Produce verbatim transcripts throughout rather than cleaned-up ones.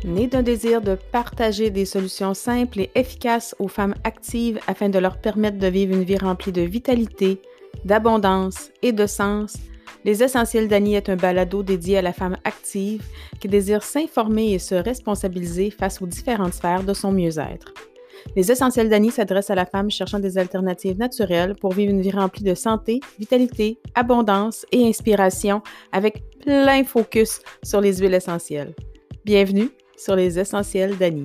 Né d'un désir de partager des solutions simples et efficaces aux femmes actives afin de leur permettre de vivre une vie remplie de vitalité, d'abondance et de sens, Les Essentiels d'Annie est un balado dédié à la femme active qui désire s'informer et se responsabiliser face aux différentes sphères de son mieux-être. Les Essentiels d'Annie s'adressent à la femme cherchant des alternatives naturelles pour vivre une vie remplie de santé, vitalité, abondance et inspiration avec plein focus sur les huiles essentielles. Bienvenue sur Les Essentiels d'Annie.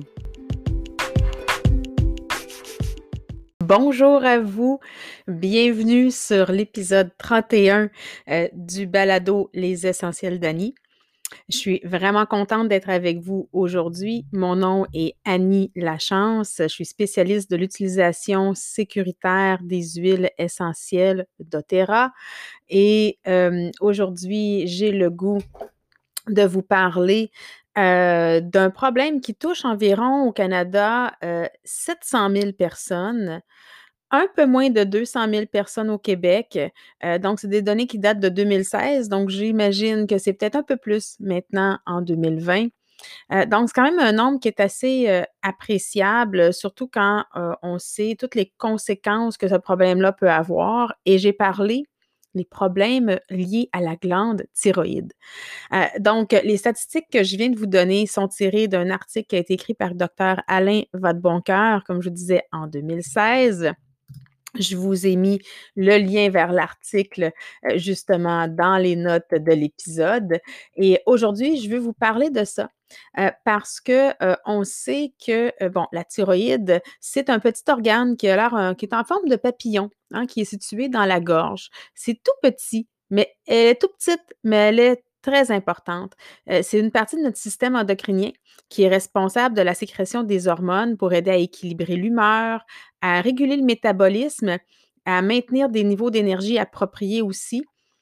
Bonjour à vous, bienvenue sur l'épisode trente et un euh, du balado Les Essentiels d'Annie. Je suis vraiment contente d'être avec vous aujourd'hui. Mon nom est Annie Lachance. Je suis spécialiste de l'utilisation sécuritaire des huiles essentielles doTERRA. Et euh, aujourd'hui, j'ai le goût de vous parler euh, d'un problème qui touche environ au Canada euh, sept cent mille personnes. Un peu moins de deux cent mille personnes au Québec. Euh, donc, c'est des données qui datent de deux mille seize. Donc, j'imagine que c'est peut-être un peu plus maintenant en deux mille vingt. Euh, donc, c'est quand même un nombre qui est assez euh, appréciable, surtout quand euh, on sait toutes les conséquences que ce problème-là peut avoir. Et j'ai parlé des problèmes liés à la glande thyroïde. Euh, donc, les statistiques que je viens de vous donner sont tirées d'un article qui a été écrit par docteur Alain Vadeboncoeur, comme je vous disais, en deux mille seize. Je vous ai mis le lien vers l'article euh, justement dans les notes de l'épisode. Et aujourd'hui, je veux vous parler de ça euh, parce que euh, on sait que euh, bon, la thyroïde, c'est un petit organe qui a l'air euh, qui est en forme de papillon, hein, qui est situé dans la gorge. C'est tout petit, mais elle est tout petite, mais elle est très importante. Euh, c'est une partie de notre système endocrinien qui est responsable de la sécrétion des hormones pour aider à équilibrer l'humeur, à réguler le métabolisme, à maintenir des niveaux d'énergie appropriés aussi.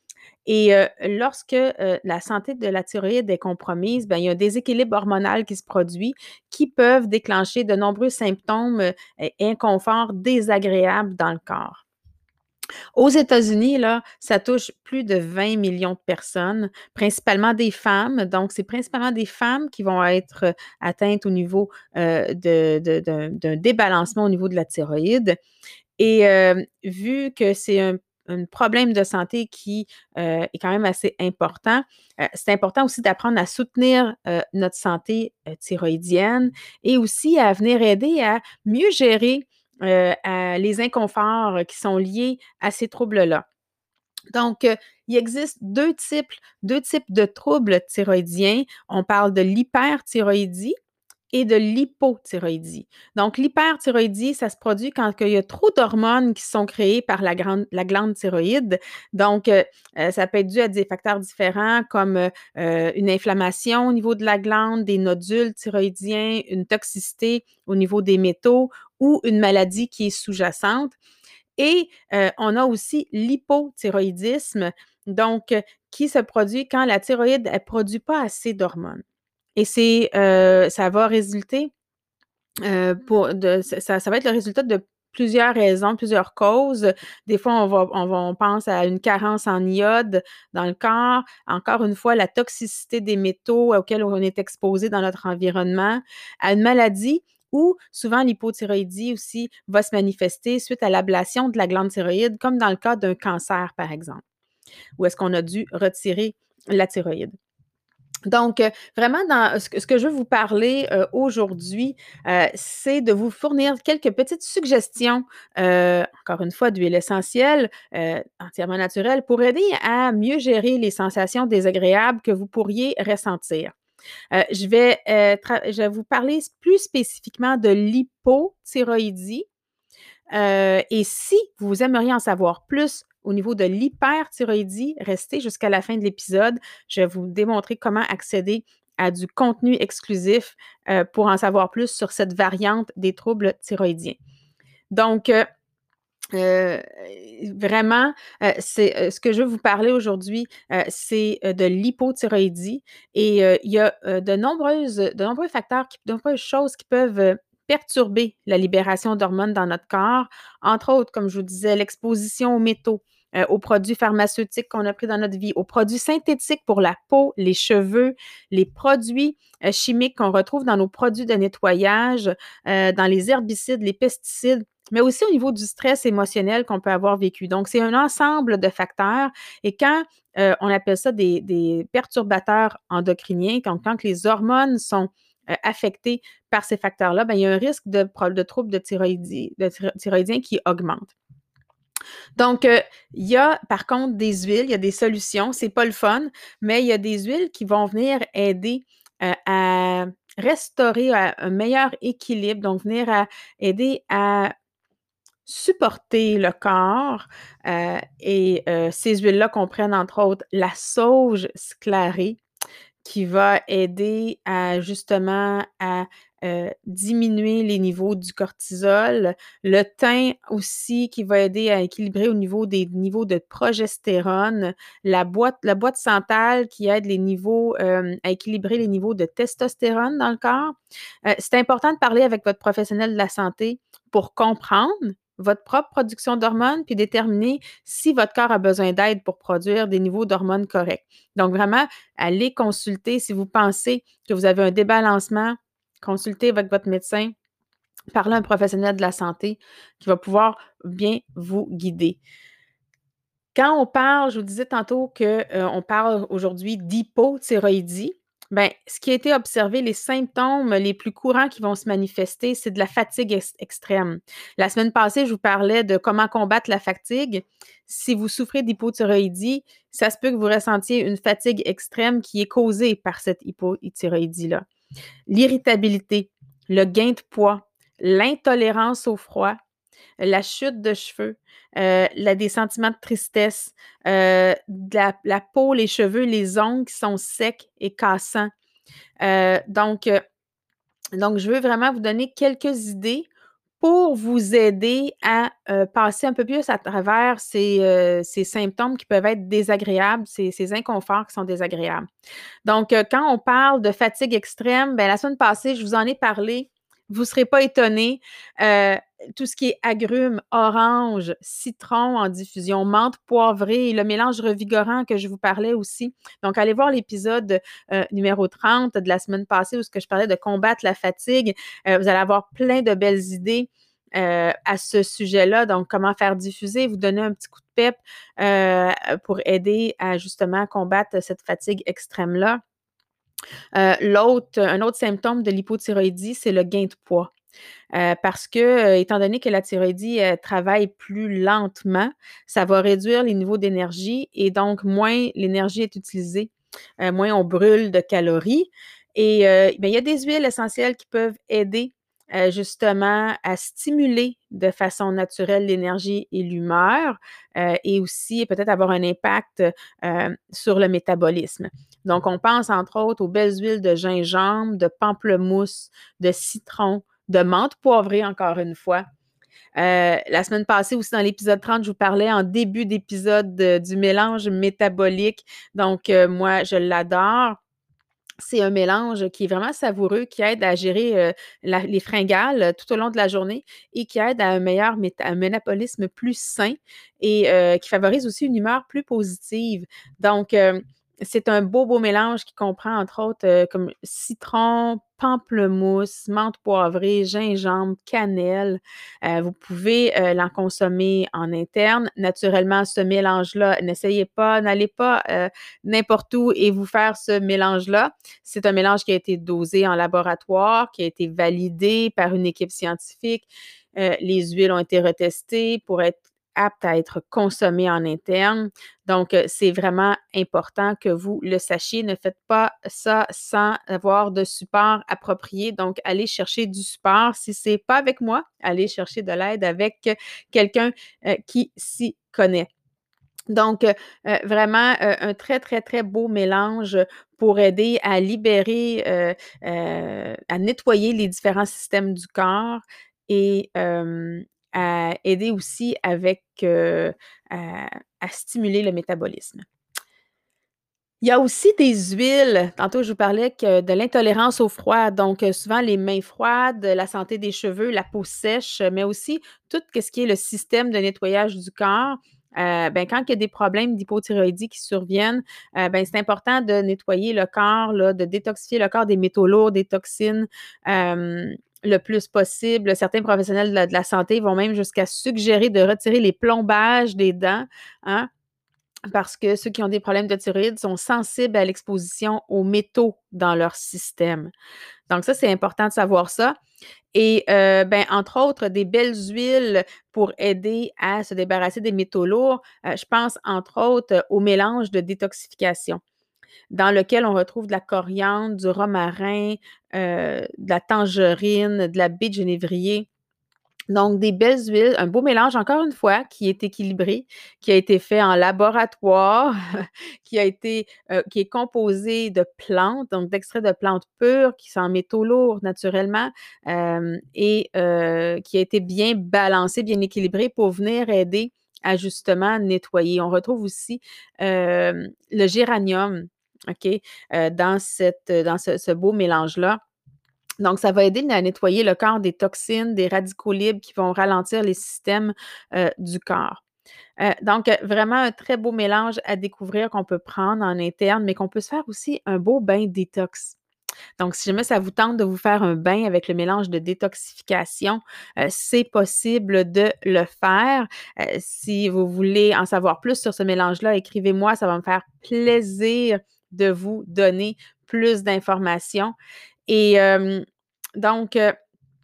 Et euh, lorsque euh, la santé de la thyroïde est compromise, ben, il y a un déséquilibre hormonal qui se produit qui peuvent déclencher de nombreux symptômes euh, et inconforts désagréables dans le corps. Aux États-Unis, là, ça touche plus de vingt millions de personnes, principalement des femmes. Donc, c'est principalement des femmes qui vont être atteintes au niveau euh, de, de, de, d'un débalancement au niveau de la thyroïde. Et euh, vu que c'est un, un problème de santé qui euh, est quand même assez important, euh, c'est important aussi d'apprendre à soutenir euh, notre santé euh, thyroïdienne et aussi à venir aider à mieux gérer euh, à les inconforts qui sont liés à ces troubles-là. Donc, euh, il existe deux types, deux types de troubles thyroïdiens. On parle de l'hyperthyroïdie et de l'hypothyroïdie. Donc, l'hyperthyroïdie, ça se produit quand il y a trop d'hormones qui sont créées par la, grande, la glande thyroïde. Donc, euh, ça peut être dû à des facteurs différents comme euh, une inflammation au niveau de la glande, des nodules thyroïdiens, une toxicité au niveau des métaux ou une maladie qui est sous-jacente. Et euh, on a aussi l'hypothyroïdisme, donc euh, qui se produit quand la thyroïde ne produit pas assez d'hormones. Et c'est, euh, ça va résulter, euh, pour de, ça, ça va être le résultat de plusieurs raisons, plusieurs causes. Des fois, on va, on va, on pense à une carence en iode dans le corps. Encore une fois, la toxicité des métaux auxquels on est exposé dans notre environnement, à une maladie où souvent l'hypothyroïdie aussi va se manifester suite à l'ablation de la glande thyroïde, comme dans le cas d'un cancer, par exemple, où est-ce qu'on a dû retirer la thyroïde. Donc, euh, vraiment, dans ce que, ce que je veux vous parler euh, aujourd'hui, euh, c'est de vous fournir quelques petites suggestions, euh, encore une fois, d'huile essentielle, euh, entièrement naturelle, pour aider à mieux gérer les sensations désagréables que vous pourriez ressentir. Euh, je, vais, euh, tra- je vais vous parler plus spécifiquement de l'hypothyroïdie. Euh, et si vous aimeriez en savoir plus au niveau de l'hyperthyroïdie, restez jusqu'à la fin de l'épisode. Je vais vous démontrer comment accéder à du contenu exclusif euh, pour en savoir plus sur cette variante des troubles thyroïdiens. Donc, euh, euh, vraiment, euh, c'est euh, ce que je veux vous parler aujourd'hui, euh, c'est euh, de l'hypothyroïdie et euh, il y a euh, de nombreuses, de nombreux facteurs, qui, de nombreuses choses qui peuvent euh, perturber la libération d'hormones dans notre corps, entre autres, comme je vous disais, l'exposition aux métaux, euh, aux produits pharmaceutiques qu'on a pris dans notre vie, aux produits synthétiques pour la peau, les cheveux, les produits euh, chimiques qu'on retrouve dans nos produits de nettoyage, euh, dans les herbicides, les pesticides, mais aussi au niveau du stress émotionnel qu'on peut avoir vécu. Donc, c'est un ensemble de facteurs. Et quand euh, on appelle ça des, des perturbateurs endocriniens, quand, quand les hormones sont euh, affectées par ces facteurs-là, ben, il y a un risque de, de troubles de, thyroïdie, de thyroïdien qui augmente. Donc, euh, il y a par contre des huiles, il y a des solutions, c'est pas le fun, mais il y a des huiles qui vont venir aider euh, à restaurer un, un meilleur équilibre, donc venir à aider à supporter le corps. Euh, et euh, ces huiles-là comprennent entre autres la sauge sclarée, qui va aider à justement à euh, diminuer les niveaux du cortisol. Le thym aussi qui va aider à équilibrer au niveau des niveaux de progestérone. La boîte, la boîte santal qui aide les niveaux euh, à équilibrer les niveaux de testostérone dans le corps. Euh, c'est important de parler avec votre professionnel de la santé pour comprendre votre propre production d'hormones puis déterminer si votre corps a besoin d'aide pour produire des niveaux d'hormones corrects. Donc, vraiment, allez consulter si vous pensez que vous avez un débalancement, consultez avec votre médecin, parlez à un professionnel de la santé qui va pouvoir bien vous guider. Quand on parle, je vous disais tantôt qu'on euh, parle aujourd'hui d'hypothyroïdie, ben, ce qui a été observé, les symptômes les plus courants qui vont se manifester, c'est de la fatigue ex- extrême. La semaine passée, je vous parlais de comment combattre la fatigue. Si vous souffrez d'hypothyroïdie, ça se peut que vous ressentiez une fatigue extrême qui est causée par cette hypothyroïdie-là. L'irritabilité, le gain de poids, l'intolérance au froid, la chute de cheveux, euh, la, des sentiments de tristesse, euh, de la, la peau, les cheveux, les ongles qui sont secs et cassants. Euh, donc, euh, donc, je veux vraiment vous donner quelques idées pour vous aider à euh, passer un peu plus à travers ces, euh, ces symptômes qui peuvent être désagréables, ces, ces inconforts qui sont désagréables. Donc, euh, quand on parle de fatigue extrême, ben, la semaine passée, je vous en ai parlé. Vous ne serez pas étonnés. Euh, tout ce qui est agrumes, orange, citron en diffusion, menthe poivrée, le mélange revigorant que je vous parlais aussi. Donc, allez voir l'épisode euh, numéro trente de la semaine passée où ce que je parlais de combattre la fatigue. Euh, vous allez avoir plein de belles idées euh, à ce sujet-là. Donc, comment faire diffuser, vous donner un petit coup de pep euh, pour aider à justement combattre cette fatigue extrême-là. Euh, l'autre, un autre symptôme de l'hypothyroïdie, c'est le gain de poids. Euh, parce que, euh, étant donné que la thyroïdie euh, travaille plus lentement, ça va réduire les niveaux d'énergie et donc moins l'énergie est utilisée, euh, moins on brûle de calories. Et euh, bien, il y a des huiles essentielles qui peuvent aider euh, justement à stimuler de façon naturelle l'énergie et l'humeur euh, et aussi peut-être avoir un impact euh, sur le métabolisme. Donc, on pense entre autres aux belles huiles de gingembre, de pamplemousse, de citron, de menthe poivrée, encore une fois. Euh, la semaine passée aussi, dans l'épisode trente, je vous parlais en début d'épisode de, du mélange métabolique. Donc, euh, moi, je l'adore. C'est un mélange qui est vraiment savoureux, qui aide à gérer euh, la, les fringales euh, tout au long de la journée et qui aide à un meilleur méta- un métabolisme plus sain et euh, qui favorise aussi une humeur plus positive. Donc, euh, c'est un beau, beau mélange qui comprend, entre autres, euh, comme citron, pamplemousse, menthe poivrée, gingembre, cannelle. Euh, vous pouvez euh, l'en consommer en interne. Naturellement, ce mélange-là, n'essayez pas, n'allez pas euh, n'importe où et vous faire ce mélange-là. C'est un mélange qui a été dosé en laboratoire, qui a été validé par une équipe scientifique. Euh, les huiles ont été retestées pour être aptes à être consommées en interne. Donc, euh, c'est vraiment important que vous le sachiez. Ne faites pas ça sans avoir de support approprié. Donc, allez chercher du support. Si ce n'est pas avec moi, allez chercher de l'aide avec quelqu'un euh, qui s'y connaît. Donc, euh, vraiment, euh, un très, très, très beau mélange pour aider à libérer, euh, euh, à nettoyer les différents systèmes du corps et euh, à aider aussi avec, euh, à, à stimuler le métabolisme. Il y a aussi des huiles. Tantôt, je vous parlais que de l'intolérance au froid. Donc, euh, souvent, les mains froides, la santé des cheveux, la peau sèche, mais aussi tout ce qui est le système de nettoyage du corps. euh, ben, quand il y a des problèmes d'hypothyroïdie qui surviennent, euh, ben, c'est important de nettoyer le corps, là, de détoxifier le corps des métaux lourds, des toxines, euh, le plus possible. Certains professionnels de la, de la santé vont même jusqu'à suggérer de retirer les plombages des dents, hein, parce que ceux qui ont des problèmes de thyroïde sont sensibles à l'exposition aux métaux dans leur système. Donc ça, c'est important de savoir ça. Et euh, ben, entre autres, des belles huiles pour aider à se débarrasser des métaux lourds. Euh, je pense entre autres au mélange de détoxification dans lequel on retrouve de la coriandre, du romarin, euh, de la tangerine, de la baie de genévrier. Donc, des belles huiles, un beau mélange, encore une fois, qui est équilibré, qui a été fait en laboratoire, qui a été, euh, qui est composé de plantes, donc d'extraits de plantes pures, qui sont en métaux lourds naturellement, euh, et euh, qui a été bien balancé, bien équilibré pour venir aider à justement nettoyer. On retrouve aussi euh, le géranium, OK, euh, dans, cette, dans ce, ce beau mélange-là. Donc, ça va aider à nettoyer le corps des toxines, des radicaux libres qui vont ralentir les systèmes euh, du corps. Euh, donc, euh, vraiment un très beau mélange à découvrir qu'on peut prendre en interne, mais qu'on peut se faire aussi un beau bain détox. Donc, si jamais ça vous tente de vous faire un bain avec le mélange de détoxification, euh, c'est possible de le faire. Euh, si vous voulez en savoir plus sur ce mélange-là, écrivez-moi, ça va me faire plaisir de vous donner plus d'informations. Et euh, donc, euh,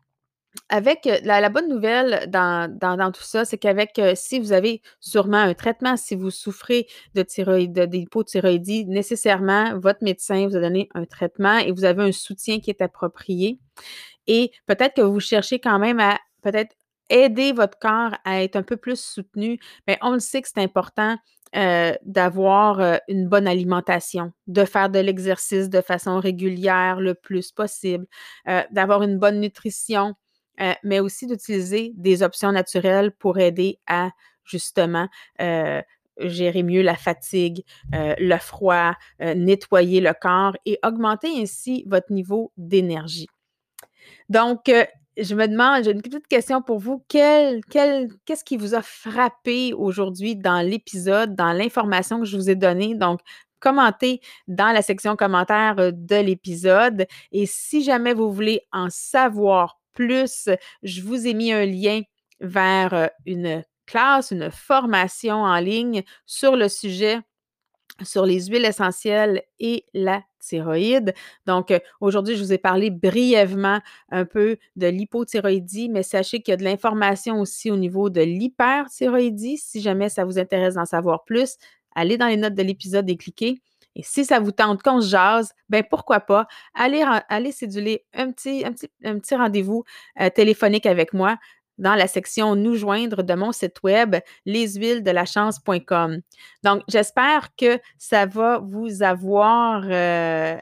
avec euh, la, la bonne nouvelle dans, dans, dans tout ça, c'est qu'avec, euh, si vous avez sûrement un traitement, si vous souffrez de thyroïde, de- d'hypothyroïdie, nécessairement, votre médecin vous a donné un traitement et vous avez un soutien qui est approprié. Et peut-être que vous cherchez quand même à peut-être aider votre corps à être un peu plus soutenu. Mais on le sait que c'est important euh, d'avoir euh, une bonne alimentation, de faire de l'exercice de façon régulière le plus possible, euh, d'avoir une bonne nutrition, euh, mais aussi d'utiliser des options naturelles pour aider à justement euh, gérer mieux la fatigue, euh, le froid, euh, nettoyer le corps et augmenter ainsi votre niveau d'énergie. Donc, euh, je me demande, j'ai une petite question pour vous. Quel, quel, qu'est-ce qui vous a frappé aujourd'hui dans l'épisode, dans l'information que je vous ai donnée? Donc, commentez dans la section commentaires euh, de l'épisode. Et si jamais vous voulez en savoir plus, je vous ai mis un lien vers euh, une classe, une formation en ligne sur le sujet sur les huiles essentielles et la thyroïde. Donc, euh, aujourd'hui, je vous ai parlé brièvement un peu de l'hypothyroïdie, mais sachez qu'il y a de l'information aussi au niveau de l'hyperthyroïdie. Si jamais ça vous intéresse d'en savoir plus, allez dans les notes de l'épisode et cliquez. Et si ça vous tente qu'on se jase, ben pourquoi pas, allez, allez céduler un petit, un petit, un petit rendez-vous euh, téléphonique avec moi dans la section Nous joindre de mon site web, les huiles de la chance point com. Donc, j'espère que ça va vous avoir euh,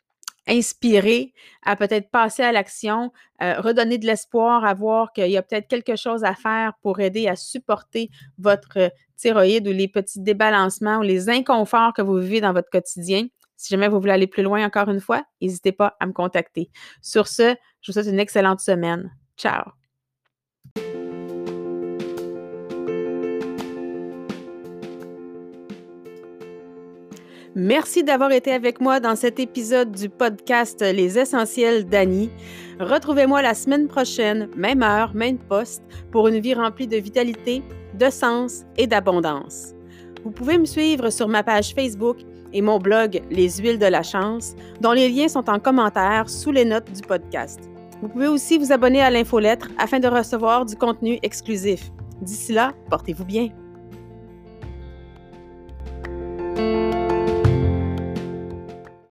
inspiré à peut-être passer à l'action, euh, redonner de l'espoir, à voir qu'il y a peut-être quelque chose à faire pour aider à supporter votre thyroïde ou les petits débalancements ou les inconforts que vous vivez dans votre quotidien. Si jamais vous voulez aller plus loin, encore une fois, n'hésitez pas à me contacter. Sur ce, je vous souhaite une excellente semaine. Ciao! Merci d'avoir été avec moi dans cet épisode du podcast Les Essentiels d'Annie. Retrouvez-moi la semaine prochaine, même heure, même poste, pour une vie remplie de vitalité, de sens et d'abondance. Vous pouvez me suivre sur ma page Facebook et mon blog Les Huiles de la Chance, dont les liens sont en commentaire sous les notes du podcast. Vous pouvez aussi vous abonner à l'infolettre afin de recevoir du contenu exclusif. D'ici là, portez-vous bien.